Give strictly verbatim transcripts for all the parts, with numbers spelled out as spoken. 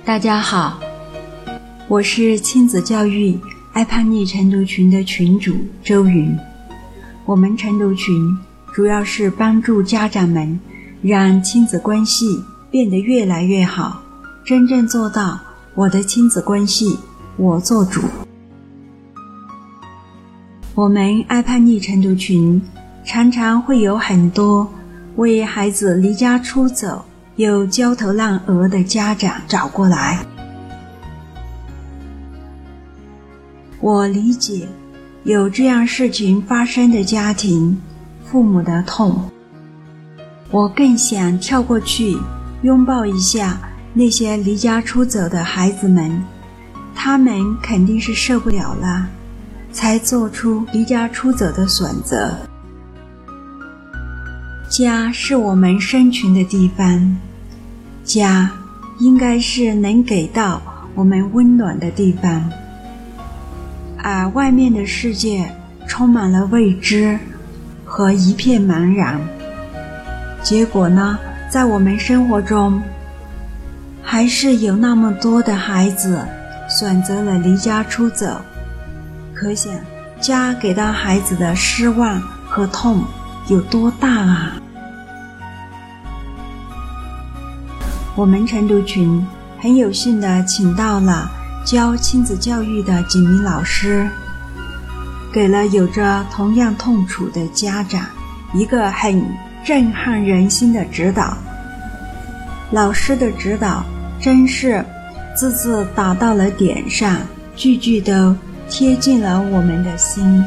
大家好，我是亲子教育爱叛逆晨读群的群主周云。我们晨读群主要是帮助家长们让亲子关系变得越来越好，真正做到我的亲子关系我做主。我们爱叛逆晨读群常常会有很多为孩子离家出走又焦头烂额的家长找过来。我理解有这样事情发生的家庭，父母的痛。我更想跳过去拥抱一下那些离家出走的孩子们，他们肯定是受不了了，才做出离家出走的选择。家是我们生存的地方，家应该是能给到我们温暖的地方，而外面的世界充满了未知和一片茫然。结果呢，在我们生活中还是有那么多的孩子选择了离家出走，可想家给到孩子的失望和痛有多大啊！我们晨读群很有幸地请到了教亲子教育的几名老师，给了有着同样痛楚的家长一个很震撼人心的指导。老师的指导真是字字打到了点上，句句都贴近了我们的心。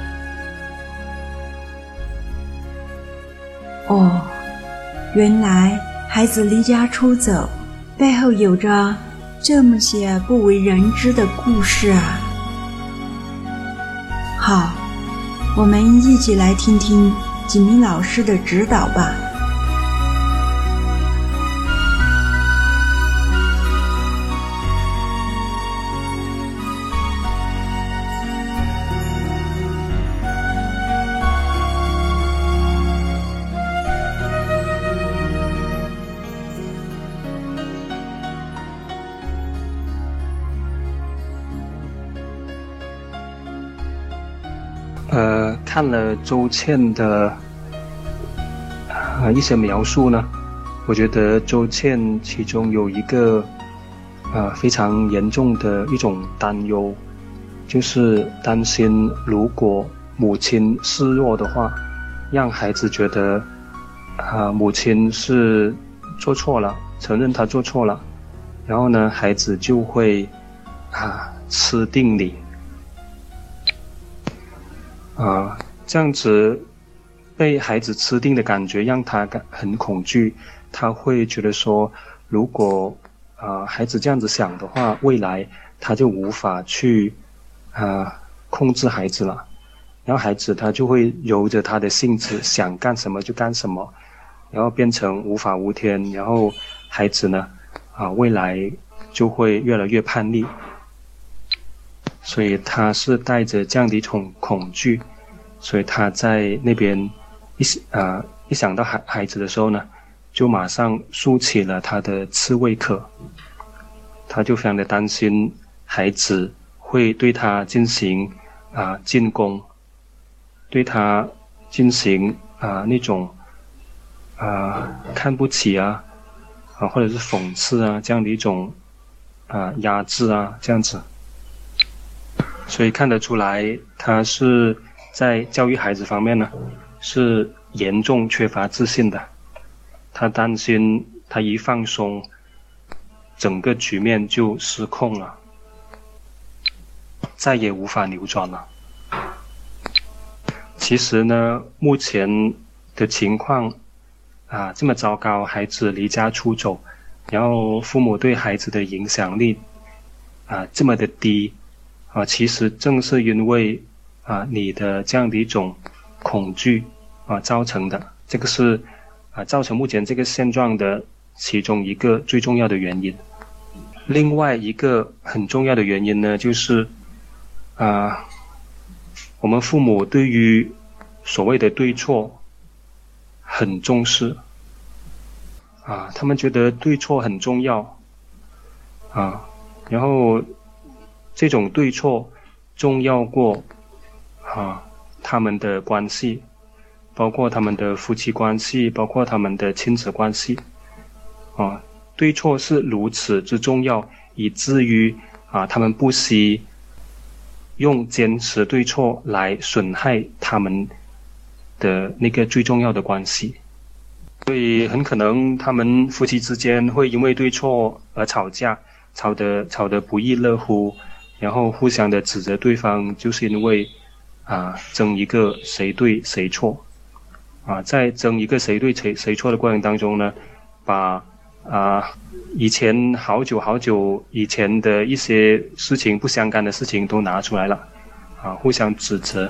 哦，原来孩子离家出走背后有着这么些不为人知的故事啊！好，我们一起来听听几名老师的指导吧。 呃，看了周倩的呃一些描述呢，我觉得周倩其中有一个呃非常严重的一种担忧，就是担心如果母亲示弱的话，让孩子觉得啊、呃、母亲是做错了，承认他做错了，然后呢孩子就会啊吃定你。啊，这样子被孩子吃定的感觉让他很恐惧，他会觉得说，如果啊、呃、孩子这样子想的话，未来他就无法去啊、呃、控制孩子了，然后孩子他就会由着他的性子想干什么就干什么，然后变成无法无天，然后孩子呢啊、呃、未来就会越来越叛逆。所以他是带着这样的一种恐惧，所以他在那边一啊、呃、一想到孩孩子的时候呢，就马上竖起了他的刺猬壳，他就非常的担心孩子会对他进行啊、呃、进攻，对他进行啊、呃、那种啊、呃、看不起啊啊或者是讽刺啊这样的一种啊、呃、压制啊这样子。所以看得出来，他是在教育孩子方面呢，是严重缺乏自信的。他担心他一放松，整个局面就失控了，再也无法扭转了。其实呢，目前的情况啊这么糟糕，孩子离家出走，然后父母对孩子的影响力啊这么的低。啊，其实正是因为啊你的这样的一种恐惧啊造成的，这个是啊造成目前这个现状的其中一个最重要的原因。另外一个很重要的原因呢，就是啊我们父母对于所谓的对错很重视啊，他们觉得对错很重要啊，然后这种对错重要过啊他们的关系，包括他们的夫妻关系，包括他们的亲子关系啊，对错是如此之重要，以至于啊他们不惜用坚持对错来损害他们的那个最重要的关系。所以很可能他们夫妻之间会因为对错而吵架，吵得吵得不亦乐乎，然后互相的指责对方，就是因为啊争一个谁对谁错啊，在争一个谁对谁谁错的过程当中呢，把啊以前好久好久以前的一些事情不相干的事情都拿出来了啊，互相指责。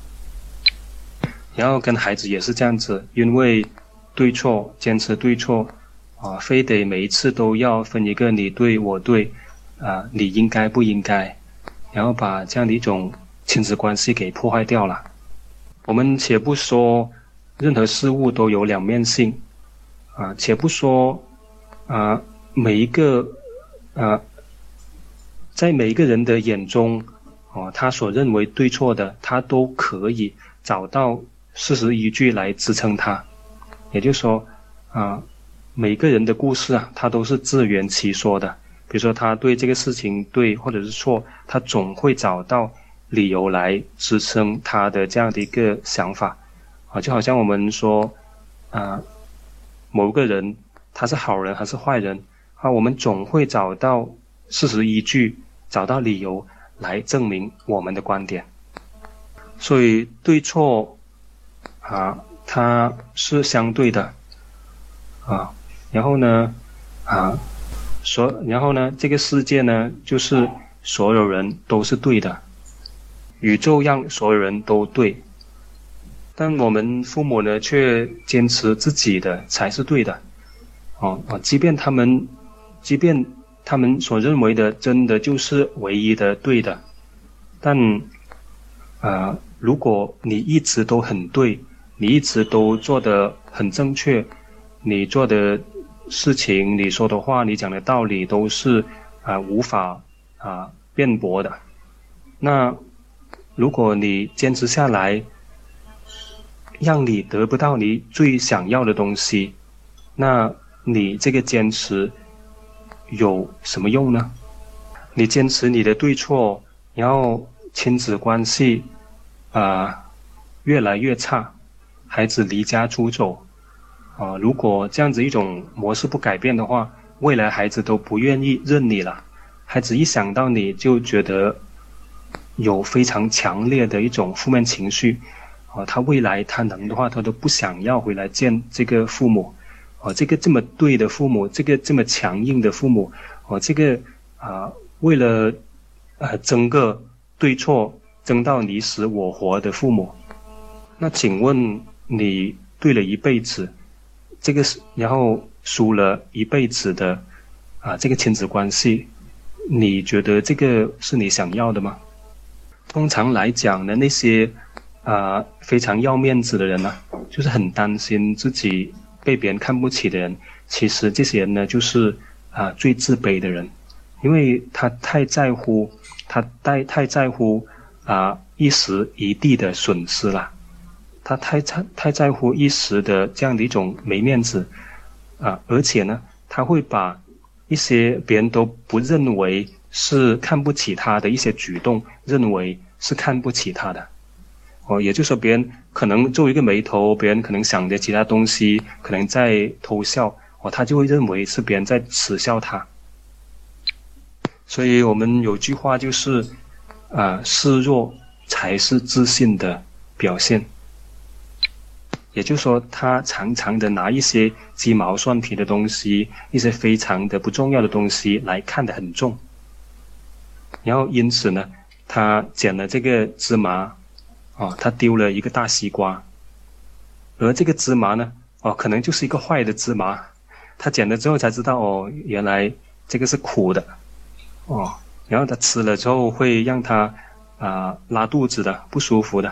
然后跟孩子也是这样子，因为对错坚持对错啊，非得每一次都要分一个你对我对啊，你应该不应该，然后把这样的一种亲子关系给破坏掉了。我们且不说任何事物都有两面性啊，且不说啊每一个啊在每一个人的眼中哦，他所认为对错的，他都可以找到事实依据来支撑他。也就是说啊，每个人的故事啊，他都是自圆其说的。比如说他对这个事情对或者是错，他总会找到理由来支撑他的这样的一个想法啊，就好像我们说啊，某个人他是好人还是坏人啊，我们总会找到事实依据，找到理由来证明我们的观点。所以对错啊，它是相对的啊，然后呢啊，所然后呢，这个世界呢，就是所有人都是对的，宇宙让所有人都对，但我们父母呢，却坚持自己的才是对的，哦哦，即便他们，即便他们所认为的真的就是唯一的对的，但啊、呃，如果你一直都很对，你一直都做得很正确，你做的事情，你说的话，你讲的道理都是啊、呃、无法啊、呃、辩驳的。那如果你坚持下来，让你得不到你最想要的东西，那你这个坚持有什么用呢？你坚持你的对错，然后亲子关系啊、呃、越来越差，孩子离家出走啊、呃，如果这样子一种模式不改变的话，未来孩子都不愿意认你了。孩子一想到你就觉得有非常强烈的一种负面情绪啊、呃，他未来他能的话，他都不想要回来见这个父母啊、呃，这个这么对的父母，这个这么强硬的父母啊、呃，这个啊、呃、为了呃争个对错，争到你死我活的父母。那请问你对了一辈子，这个然后输了一辈子的啊这个亲子关系，你觉得这个是你想要的吗？通常来讲呢，那些啊非常要面子的人呢、啊，就是很担心自己被别人看不起的人，其实这些人呢，就是啊最自卑的人，因为他太在乎，他太太在乎啊一时一地的损失了。他太太太在乎一时的这样的一种没面子啊，而且呢，他会把一些别人都不认为是看不起他的一些举动，认为是看不起他的。哦，也就是说，别人可能皱一个眉头，别人可能想着其他东西，可能在偷笑，哦，他就会认为是别人在耻笑他。所以我们有句话就是啊，示弱才是自信的表现。也就是说，他常常的拿一些鸡毛蒜皮的东西，一些非常的不重要的东西来看得很重，然后因此呢，他捡了这个芝麻，哦，他丢了一个大西瓜，而这个芝麻呢，哦，可能就是一个坏的芝麻，他捡了之后才知道，哦，原来这个是苦的，哦，然后他吃了之后会让他啊、呃、拉肚子的，不舒服的。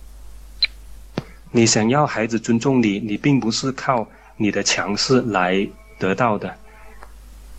你想要孩子尊重你，你并不是靠你的强势来得到的。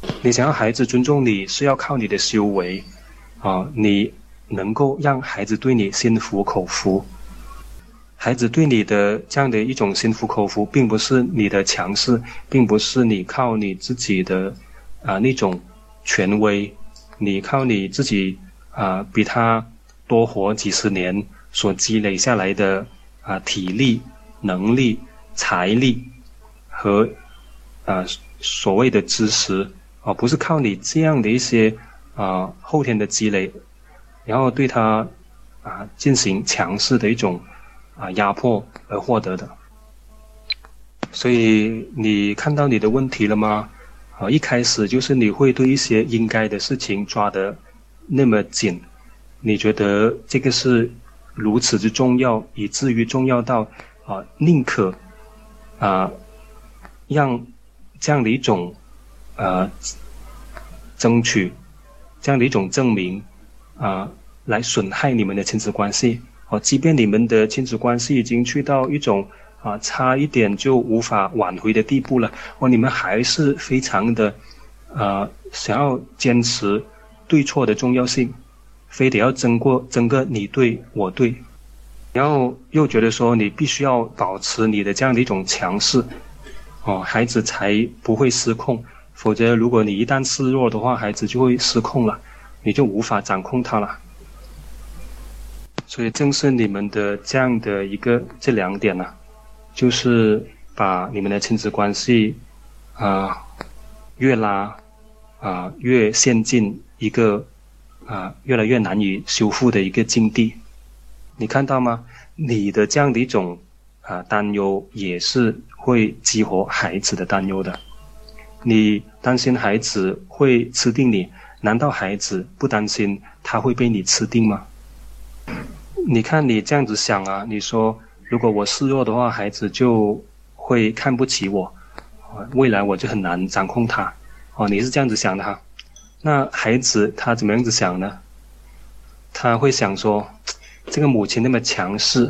你想要孩子尊重你，是要靠你的修为啊，你能够让孩子对你心服口服。孩子对你的这样的一种心服口服，并不是你的强势，并不是你靠你自己的啊那种权威，你靠你自己啊比他多活几十年所积累下来的啊体力、能力、财力和啊所谓的知识啊，不是靠你这样的一些啊后天的积累，然后对他啊进行强势的一种啊压迫而获得的。所以你看到你的问题了吗？啊，一开始就是你会对一些应该的事情抓得那么紧，你觉得这个是如此之重要，以至于重要到啊宁可啊让这样的一种呃争取这样的一种证明啊来损害你们的亲子关系。哦，即便你们的亲子关系已经去到一种啊差一点就无法挽回的地步了，哦，你们还是非常的呃想要坚持对错的重要性，非得要争过争个你对我对，然后又觉得说你必须要保持你的这样的一种强势，哦，孩子才不会失控，否则如果你一旦示弱的话，孩子就会失控了，你就无法掌控他了。所以正是你们的这样的一个这两点呢、啊，就是把你们的亲子关系啊、呃、越拉啊、呃、越陷进一个啊、呃、越来越难以修复的一个境地。你看到吗？你的这样的一种啊、呃、担忧也是会激活孩子的担忧的。你担心孩子会吃定你，难道孩子不担心他会被你吃定吗？你看你这样子想啊，你说如果我示弱的话，孩子就会看不起我，未来我就很难掌控他。哦，你是这样子想的哈？那孩子他怎么样子想呢？他会想说，这个母亲那么强势，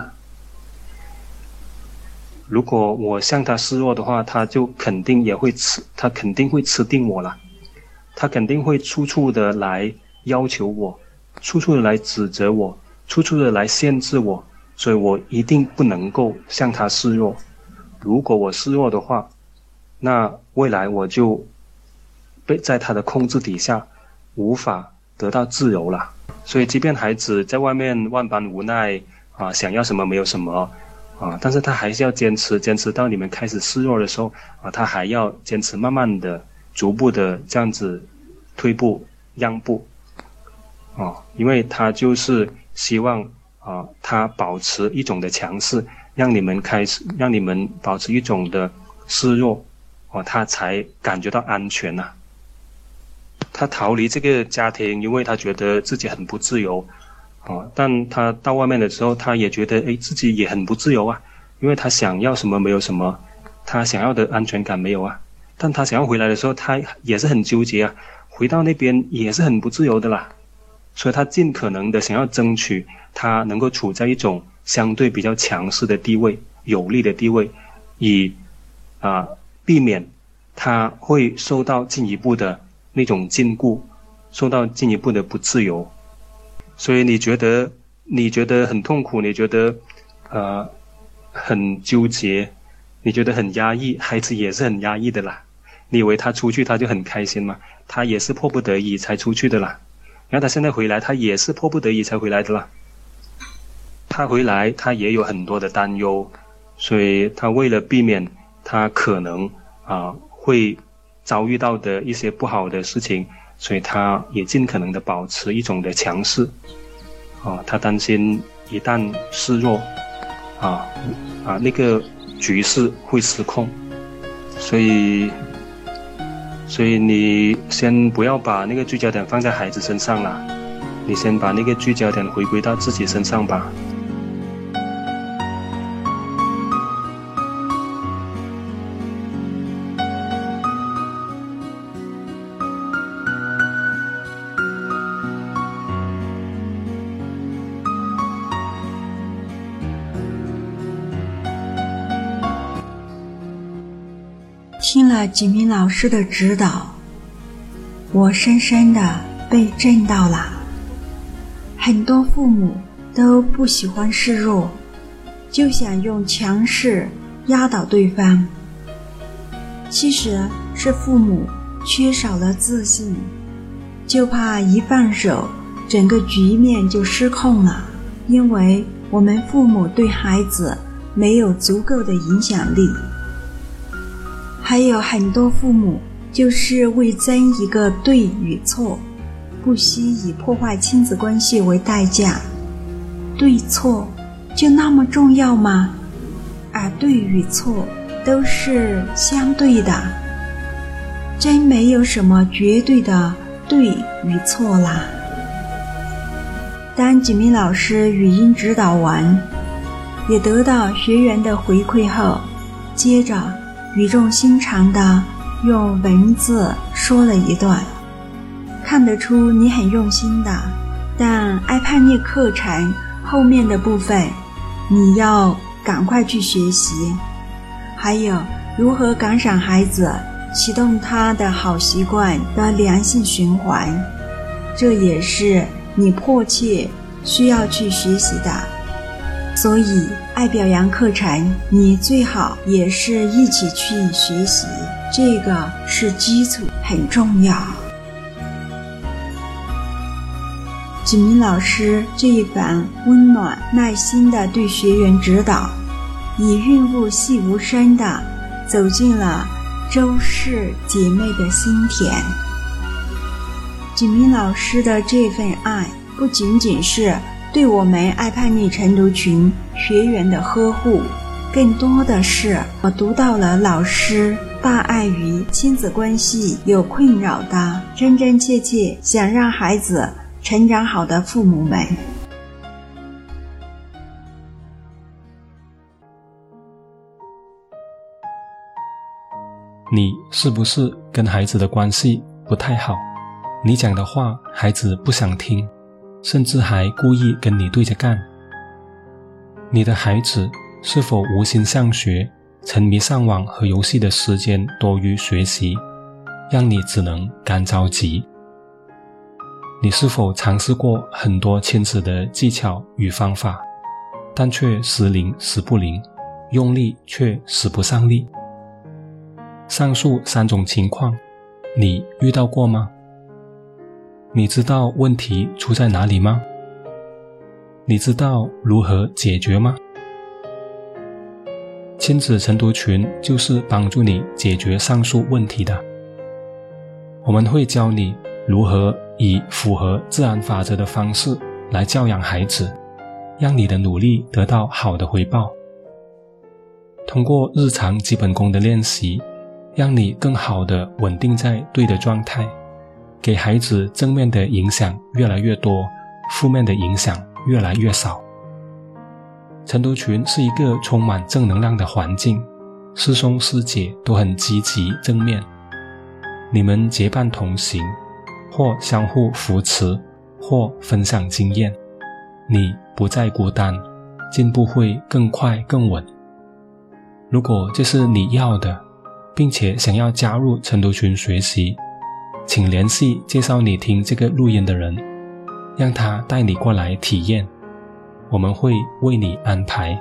如果我向他示弱的话，他就肯定也会吃，他肯定会吃定我了，他肯定会处处的来要求我，处处的来指责我，处处的来限制我，所以我一定不能够向他示弱。如果我示弱的话，那未来我就被在他的控制底下，无法得到自由了。所以即便孩子在外面万般无奈啊，想要什么没有什么啊，但是他还是要坚持，坚持到你们开始示弱的时候啊，他还要坚持，慢慢的、逐步的这样子退步、让步啊，因为他就是希望啊，他保持一种的强势，让你们开始，让你们保持一种的示弱，哦、啊，他才感觉到安全呐、啊。他逃离这个家庭，因为他觉得自己很不自由，啊，但他到外面的时候，他也觉得，哎，自己也很不自由啊，因为他想要什么没有什么，他想要的安全感没有啊，但他想要回来的时候，他也是很纠结啊，回到那边也是很不自由的啦。所以他尽可能的想要争取他能够处在一种相对比较强势的地位、有利的地位，以啊、呃、避免他会受到进一步的那种禁锢，受到进一步的不自由。所以你觉得你觉得很痛苦，你觉得呃很纠结，你觉得很压抑，孩子也是很压抑的啦。你以为他出去他就很开心吗？他也是迫不得已才出去的啦。然后他现在回来，他也是迫不得已才回来的啦。他回来，他也有很多的担忧，所以他为了避免他可能啊、呃、会遭遇到的一些不好的事情，所以他也尽可能的保持一种的强势。啊、呃，他担心一旦示弱，啊啊那个局势会失控，所以。所以你先不要把那个聚焦点放在孩子身上啦，你先把那个聚焦点回归到自己身上吧。 听了吉明老师的指导， 我深深的被震到了。很多父母都不喜欢示弱，就想用强势压倒对方。其实是父母缺少了自信，就怕一放手，整个局面就失控了。因为我们父母对孩子没有足够的影响力。还有很多父母就是为争一个对与错，不惜以破坏亲子关系为代价。对错就那么重要吗？而对与错都是相对的，真没有什么绝对的对与错啦。当景明老师语音指导完，也得到学员的回馈后，接着语重心长地用文字说了一段。看得出你很用心的，但爱叛逆课程后面的部分你要赶快去学习，还有如何感赏孩子，启动他的好习惯的良性循环，这也是你迫切需要去学习的。所以爱表扬课程你最好也是一起去学习，这个是基础，很重要。景明老师这一番温暖耐心的对学员指导，以润物细无声的走进了周氏姐妹的心田。景明老师的这份爱不仅仅是对我们爱叛逆晨读群学员的呵护，更多的是我读到了老师大爱于亲子关系有困扰的真真切切想让孩子成长好的父母们。 你是不是跟孩子的关系不太好？你讲的话孩子不想听，甚至还故意跟你对着干。你的孩子是否无心向学，沉迷上网和游戏的时间多于学习，让你只能干着急？你是否尝试过很多亲子的技巧与方法，但却时灵时不灵，用力却使不上力？上述三种情况你遇到过吗？你知道问题出在哪里吗？你知道如何解决吗？亲子晨读群就是帮助你解决上述问题的。我们会教你如何以符合自然法则的方式来教养孩子，让你的努力得到好的回报。通过日常基本功的练习，让你更好地稳定在对的状态，给孩子正面的影响越来越多，负面的影响越来越少。晨读群是一个充满正能量的环境，师兄师姐都很积极正面，你们结伴同行，或相互扶持，或分享经验，你不再孤单，进步会更快更稳。如果这是你要的，并且想要加入晨读群学习，请联系介绍你听这个录音的人，让他带你过来体验，我们会为你安排。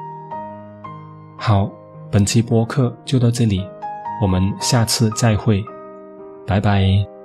好，本期播客就到这里，我们下次再会，拜拜。